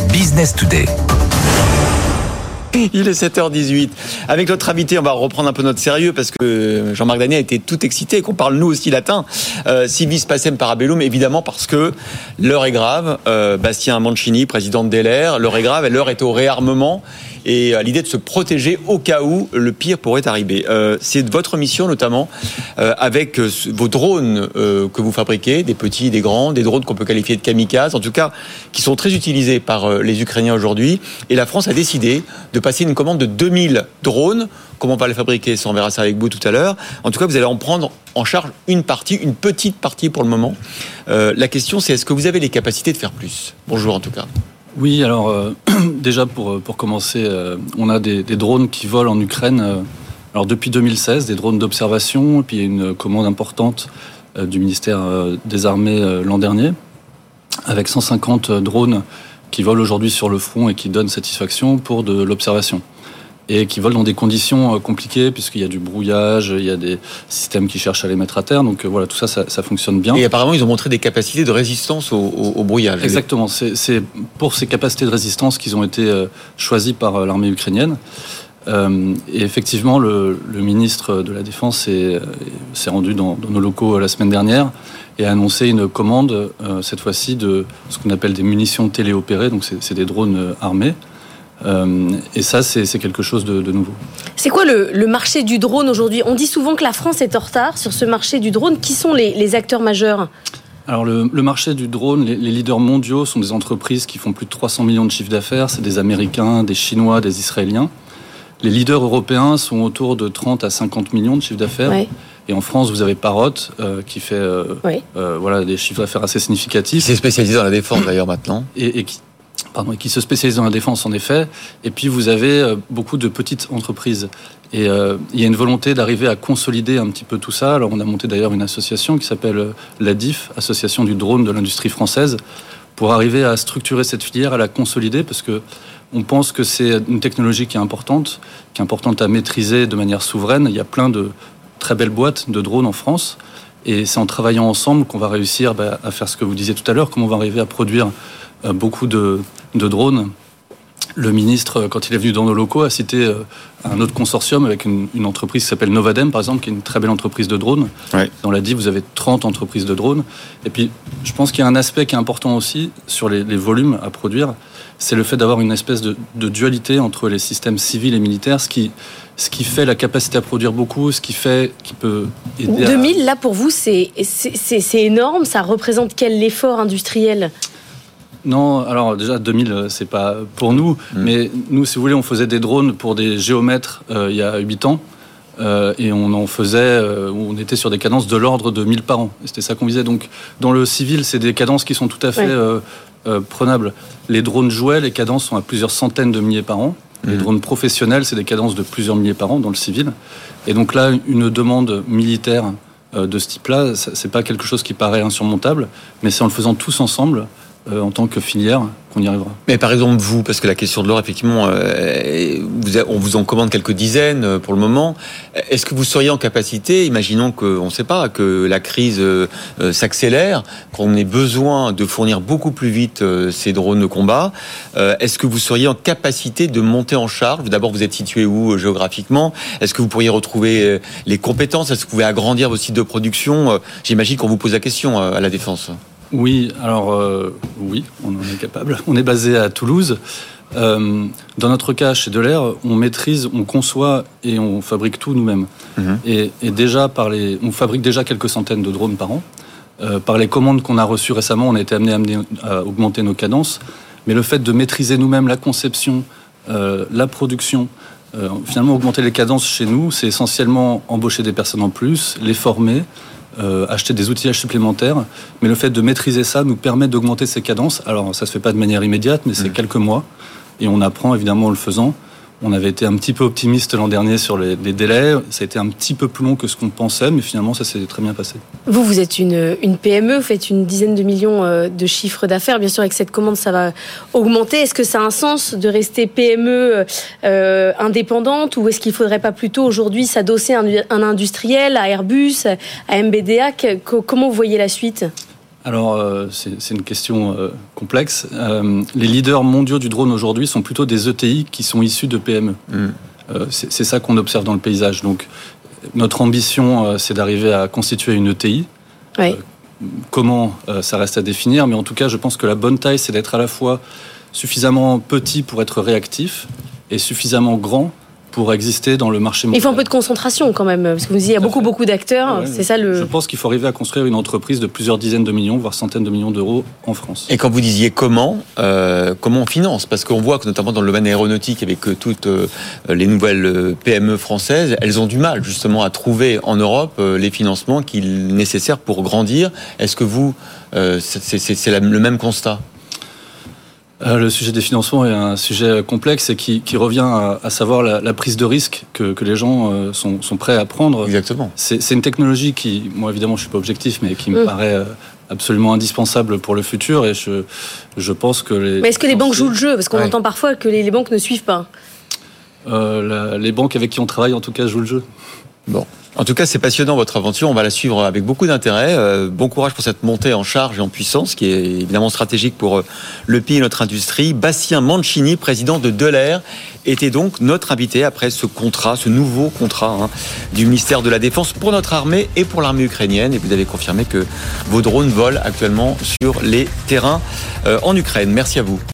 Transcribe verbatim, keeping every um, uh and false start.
Business Today. Il est sept heures dix-huit. Avec notre invité, on va reprendre un peu notre sérieux parce que Jean-Marc Daniel a été tout excité et qu'on parle nous aussi latin. Euh, Civis pacem parabellum, évidemment parce que l'heure est grave. Euh, Bastien Mancini, président de Delair, l'heure est grave et l'heure est au réarmement. Et à l'idée de se protéger au cas où le pire pourrait arriver. Euh, c'est votre mission notamment euh, avec euh, vos drones euh, que vous fabriquez, des petits, des grands, des drones qu'on peut qualifier de kamikazes, en tout cas qui sont très utilisés par euh, les Ukrainiens aujourd'hui. Et la France a décidé de passer une commande de deux mille drones. Comment on va les fabriquer, ça on verra ça avec vous tout à l'heure. En tout cas, vous allez en prendre en charge une partie, une petite partie pour le moment. Euh, la question c'est est-ce que vous avez les capacités de faire plus ? Bonjour en tout cas. Oui, alors euh, déjà pour, pour commencer, euh, on a des, des drones qui volent en Ukraine euh, alors depuis deux mille seize, des drones d'observation, et puis il y a une commande importante euh, du ministère euh, des Armées euh, l'an dernier, avec cent cinquante drones qui volent aujourd'hui sur le front et qui donnent satisfaction pour de l'observation. Et qui volent dans des conditions compliquées, puisqu'il y a du brouillage, il y a des systèmes qui cherchent à les mettre à terre. Donc voilà, tout ça, ça, ça fonctionne bien. Et apparemment, ils ont montré des capacités de résistance au, au, au brouillage. Exactement. C'est, c'est pour ces capacités de résistance qu'ils ont été euh, choisis par euh, l'armée ukrainienne. Euh, et effectivement, le, le ministre de la Défense est, s'est rendu dans, dans nos locaux la semaine dernière et a annoncé une commande, euh, cette fois-ci, de ce qu'on appelle des munitions téléopérées. Donc c'est, c'est des drones armés. Euh, et ça, c'est, c'est quelque chose de, de nouveau. C'est quoi le, le marché du drone aujourd'hui ? On dit souvent que la France est en retard sur ce marché du drone. Qui sont les, les acteurs majeurs ? Alors le, le marché du drone, les, les leaders mondiaux sont des entreprises qui font plus de trois cents millions de chiffres d'affaires. C'est des Américains, des Chinois, des Israéliens. Les leaders européens sont autour de trente à cinquante millions de chiffres d'affaires. Ouais. Et en France, vous avez Parrot euh, qui fait euh, ouais. euh, voilà, des chiffres d'affaires assez significatifs. C'est spécialisé dans la défense d'ailleurs maintenant. Et, et qui Pardon, et qui se spécialisent dans la défense en effet. Et puis vous avez euh, beaucoup de petites entreprises. Et euh, il y a une volonté d'arriver à consolider un petit peu tout ça. Alors on a monté d'ailleurs une association qui s'appelle euh, l'A D I F, Association du drone de l'industrie française, pour arriver à structurer cette filière, à la consolider, parce que on pense que c'est une technologie qui est importante, qui est importante à maîtriser de manière souveraine. Il y a plein de très belles boîtes de drones en France. Et c'est en travaillant ensemble qu'on va réussir bah, à faire ce que vous disiez tout à l'heure, comment on va arriver à produire euh, beaucoup de, de drones. Le ministre, quand il est venu dans nos locaux, a cité euh, un autre consortium avec une, une entreprise qui s'appelle Novadem, par exemple, qui est une très belle entreprise de drones. Ouais. Dans l'a dit, vous avez trente entreprises de drones. Et puis, je pense qu'il y a un aspect qui est important aussi sur les, les volumes à produire, c'est le fait d'avoir une espèce de, de dualité entre les systèmes civils et militaires, ce qui, ce qui fait la capacité à produire beaucoup, ce qui fait, qui peut aider deux mille, à... là, pour vous, c'est, c'est, c'est, c'est énorme. Ça représente quel effort industriel ? Non, alors déjà deux mille, c'est pas pour nous, mmh. mais nous, si vous voulez, on faisait des drones pour des géomètres euh, il y a huit ans, euh, et on en faisait, euh, on était sur des cadences de l'ordre de mille par an. Et c'était ça qu'on visait. Donc, dans le civil, c'est des cadences qui sont tout à fait ouais. euh, euh, prenables. Les drones jouets, les cadences sont à plusieurs centaines de milliers par an. Mmh. Les drones professionnels, c'est des cadences de plusieurs milliers par an dans le civil. Et donc là, une demande militaire euh, de ce type-là, c'est pas quelque chose qui paraît insurmontable, mais c'est en le faisant tous ensemble. Euh, en tant que filière, qu'on y arrivera. Mais par exemple, vous, parce que la question de l'or, effectivement, euh, vous a, on vous en commande quelques dizaines euh, pour le moment. Est-ce que vous seriez en capacité, imaginons que, on ne sait pas, que la crise euh, euh, s'accélère, qu'on ait besoin de fournir beaucoup plus vite euh, ces drones de combat, euh, est-ce que vous seriez en capacité de monter en charge ? D'abord, vous êtes situé où euh, géographiquement ? Est-ce que vous pourriez retrouver euh, les compétences ? Est-ce que vous pouvez agrandir vos sites de production ? euh, J'imagine qu'on vous pose la question euh, à la Défense. Oui, alors euh, oui, on en est capable. On est basé à Toulouse. Euh, dans notre cas, chez Delair, on maîtrise, on conçoit et on fabrique tout nous-mêmes. Mmh. Et, et déjà, par les, on fabrique déjà quelques centaines de drones par an. Euh, par les commandes qu'on a reçues récemment, on a été amené à, amener, à augmenter nos cadences. Mais le fait de maîtriser nous-mêmes la conception, euh, la production, euh, finalement augmenter les cadences chez nous, c'est essentiellement embaucher des personnes en plus, les former, Euh, acheter des outillages supplémentaires, mais le fait de maîtriser ça nous permet d'augmenter ces cadences. Alors ça se fait pas de manière immédiate, mais c'est mmh. quelques mois, et on apprend évidemment en le faisant. On avait été un petit peu optimiste l'an dernier sur les, les délais. Ça a été un petit peu plus long que ce qu'on pensait, mais finalement, ça s'est très bien passé. Vous, vous êtes une, une P M E, vous faites une dizaine de millions de chiffres d'affaires. Bien sûr, avec cette commande, ça va augmenter. Est-ce que ça a un sens de rester P M E euh, indépendante, ou est-ce qu'il ne faudrait pas plutôt aujourd'hui s'adosser à un, un industriel, à Airbus, à M B D A ? Comment vous voyez la suite ? Alors, euh, c'est, c'est une question euh, complexe. Euh, les leaders mondiaux du drone aujourd'hui sont plutôt des E T I qui sont issus de P M E. Mm. Euh, c'est, c'est ça qu'on observe dans le paysage. Donc, notre ambition, euh, c'est d'arriver à constituer une E T I. Oui. Euh, comment, euh, ça reste à définir. Mais en tout cas, je pense que la bonne taille, c'est d'être à la fois suffisamment petit pour être réactif et suffisamment grand pour exister dans le marché mondial. Il faut un peu de concentration quand même, parce que vous disiez, il y a beaucoup, beaucoup d'acteurs, ouais, c'est ça le... Je pense qu'il faut arriver à construire une entreprise de plusieurs dizaines de millions, voire centaines de millions d'euros en France. Et quand vous disiez comment, euh, comment on finance ? Parce qu'on voit que notamment dans le domaine aéronautique, avec toutes euh, les nouvelles P M E françaises, elles ont du mal justement à trouver en Europe euh, les financements qu'il nécessaires pour grandir. Est-ce que vous, euh, c'est, c'est, c'est la, le même constat ? Euh, le sujet des financements est un sujet complexe et qui, qui revient à, à savoir la, la prise de risque que, que les gens euh, sont, sont prêts à prendre. Exactement. C'est, c'est une technologie qui, moi évidemment je suis pas objectif, mais qui me mmh. paraît euh, absolument indispensable pour le futur et je, je pense que les... Mais est-ce que les banques jouent le jeu ? Parce qu'on ouais. entend parfois que les, les banques ne suivent pas. Euh, la, les banques avec qui on travaille en tout cas jouent le jeu. Bon. En tout cas, c'est passionnant votre aventure. On va la suivre avec beaucoup d'intérêt. Euh, bon courage pour cette montée en charge et en puissance, qui est évidemment stratégique pour euh, le pays et notre industrie. Bastien Mancini, président de Delair, était donc notre invité après ce contrat, ce nouveau contrat hein, du ministère de la Défense pour notre armée et pour l'armée ukrainienne. Et vous avez confirmé que vos drones volent actuellement sur les terrains euh, en Ukraine. Merci à vous.